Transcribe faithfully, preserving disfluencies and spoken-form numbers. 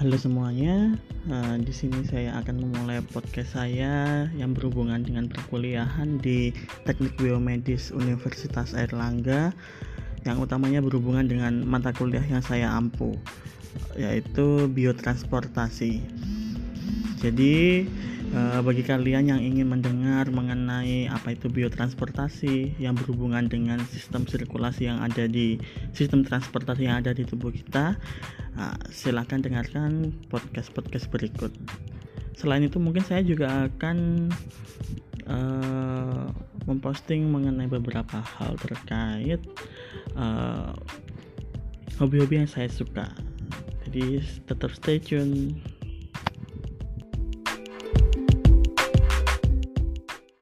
Halo semuanya, uh, di sini saya akan memulai podcast saya yang berhubungan dengan perkuliahan di Teknik Biomedis Universitas Airlangga, yang utamanya berhubungan dengan mata kuliah yang saya ampu, yaitu biotransportasi. Jadi uh, bagi kalian yang ingin mendengar mengenai apa itu biotransportasi yang berhubungan dengan sistem sirkulasi yang ada di sistem transportasi yang ada di tubuh kita, Nah, silakan dengarkan podcast-podcast berikut. Selain itu mungkin saya juga akan uh, memposting mengenai beberapa hal terkait uh, hobi-hobi yang saya suka. Jadi tetap stay tune.